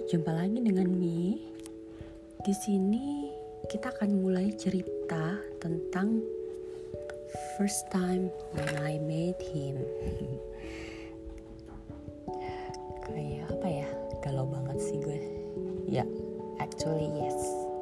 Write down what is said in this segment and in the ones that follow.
Jumpa lagi dengan Mi. Di sini kita akan mulai cerita tentang first time when I met him. Kayak apa ya? Galau banget sih gue. Ya, actually yes.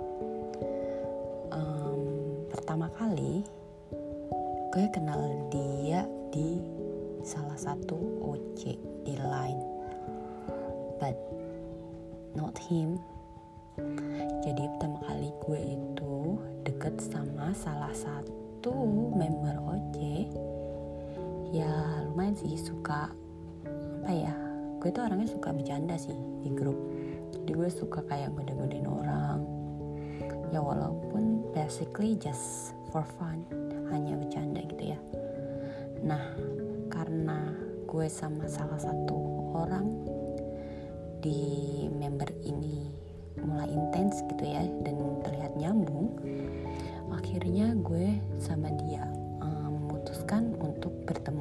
Pertama kali gue kenal dia di salah satu OC di Line, but not him. Jadi pertama kali gue itu deket sama salah satu member OC. Ya lumayan sih, suka apa ya, gue tuh orangnya suka bercanda sih di grup. Jadi gue suka kayak ngode-ngodein orang, ya walaupun basically just for fun, hanya bercanda gitu ya. Nah, karena gue sama salah satu orang di member ini mulai intens gitu ya, dan terlihat nyambung, akhirnya gue sama dia memutuskan untuk bertemu.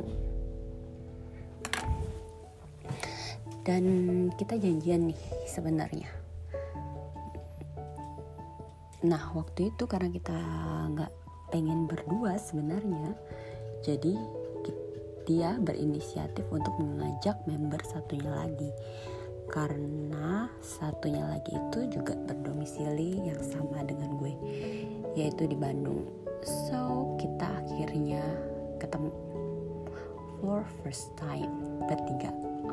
Dan kita janjian nih sebenarnya. Nah, waktu itu karena kita nggak pengen berdua sebenarnya, jadi dia berinisiatif untuk mengajak member satunya lagi, karena satunya lagi itu juga berdomisili yang sama dengan gue, yaitu di Bandung. So kita akhirnya ketemu for first time bertiga.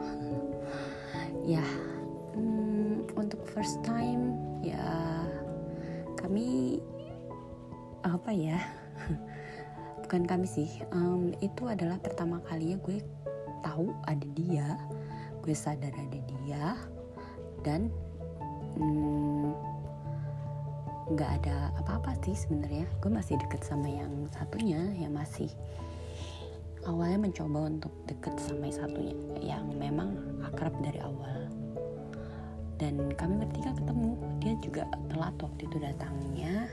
Ya, untuk first time ya kami apa ya? Bukan kami sih, itu adalah pertama kalinya gue tahu ada dia, gue sadar ada dia, dan nggak ada apa-apa sih sebenarnya. Gue masih deket sama yang satunya, yang masih awalnya mencoba untuk deket sama yang satunya, yang memang akrab dari awal. Dan kami bertiga ketemu, dia juga telat waktu itu datangnya.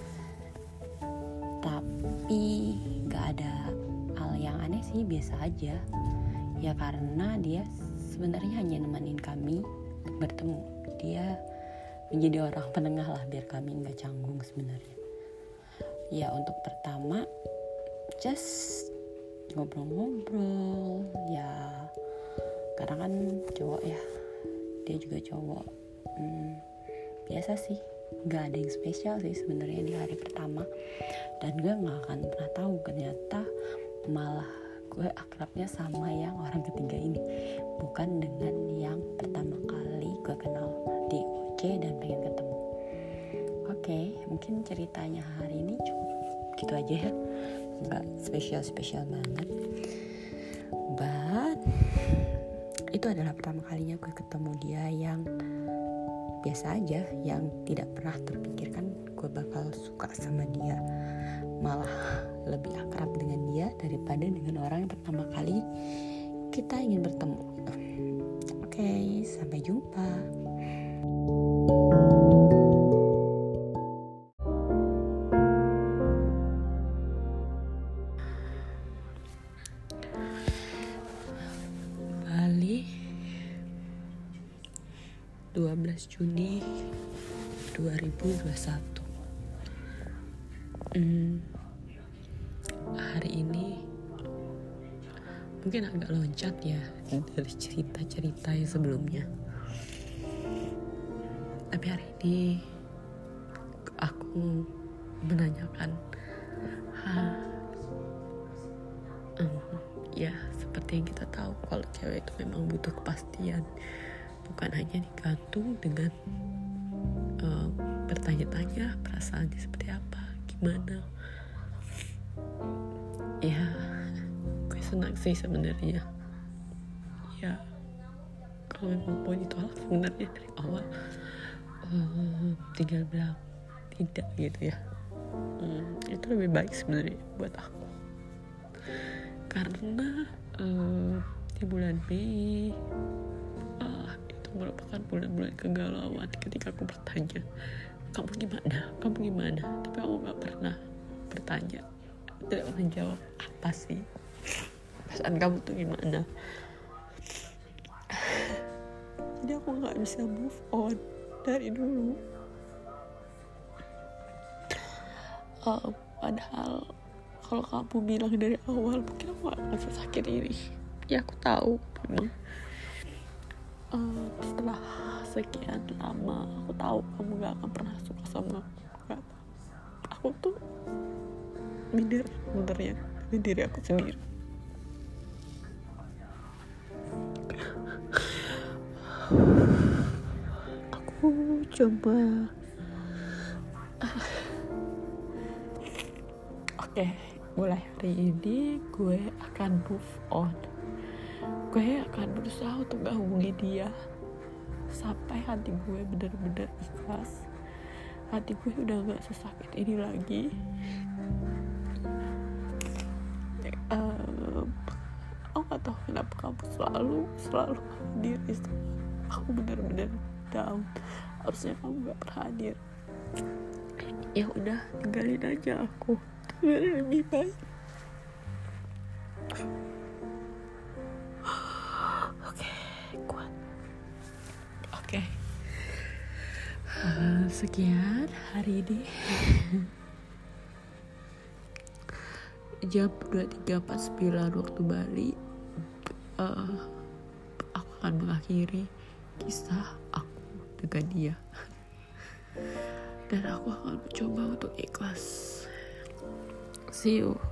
Tapi gak ada hal yang aneh sih, biasa aja. Ya karena dia sebenarnya hanya nemenin kami untuk bertemu. Dia menjadi orang penengah lah, biar kami gak canggung sebenarnya. Ya untuk pertama just ngobrol-ngobrol ya, karena kan cowok ya, dia juga cowok. Biasa sih, gak ada yang spesial sih sebenarnya di hari pertama. Dan gue gak akan pernah tahu ternyata malah gue akrabnya sama yang orang ketiga ini, bukan dengan yang pertama kali gue kenal di OC dan pengen ketemu. Oke, mungkin ceritanya hari ini cukup gitu aja ya, gak spesial banget. But itu adalah pertama kalinya gue ketemu dia yang biasa aja, yang tidak pernah terpikirkan gue bakal suka sama dia, malah lebih akrab dengan dia daripada dengan orang yang pertama kali kita ingin bertemu. Oke, sampai jumpa. Bali, 12 Juni 2021. Hari ini mungkin agak loncat ya dari cerita-cerita yang sebelumnya. Tapi hari ini aku menanyakan ya seperti yang kita tahu, kalau cewek itu memang butuh kepastian, bukan hanya digantung dengan bertanya-tanya perasaannya seperti apa, gimana. Ya gue senang sih sebenarnya ya, kalau memang mau ditolak sebenarnya dari awal tinggal bilang tidak gitu ya. Itu lebih baik sebenarnya buat aku, karena di bulan Mei itu merupakan bulan-bulan kegalauan ketika aku bertanya, kamu gimana, tapi aku gak pernah bertanya, tidak menjawab apa sih perasaan kamu tuh gimana. jadi aku nggak bisa move on dari dulu. Padahal kalau kamu bilang dari awal mungkin aku gak akan sesakit ini. Ya aku tahu memang setelah sekian lama aku tahu kamu gak akan pernah suka sama aku. Aku tuh minder sebenarnya dari diri aku sendiri. Aku coba Oke, mulai hari ini gue akan move on. Gue akan berusaha untuk gak hubungi dia sampai hati gue benar-benar ikhlas. Hati gue udah gak sesakit ini lagi. Aku gak tahu kenapa kamu selalu hadir di saat aku benar-benar down. Harusnya kamu gak pernah hadir. Ya udah, tinggalin aja aku. Lebih baik. Oke, kuat. Oke. Sekian hari ini. Jam 23.49 waktu Bali. Aku akan mengakhiri kisah aku dengan dia. Dan aku akan mencoba untuk ikhlas. See you.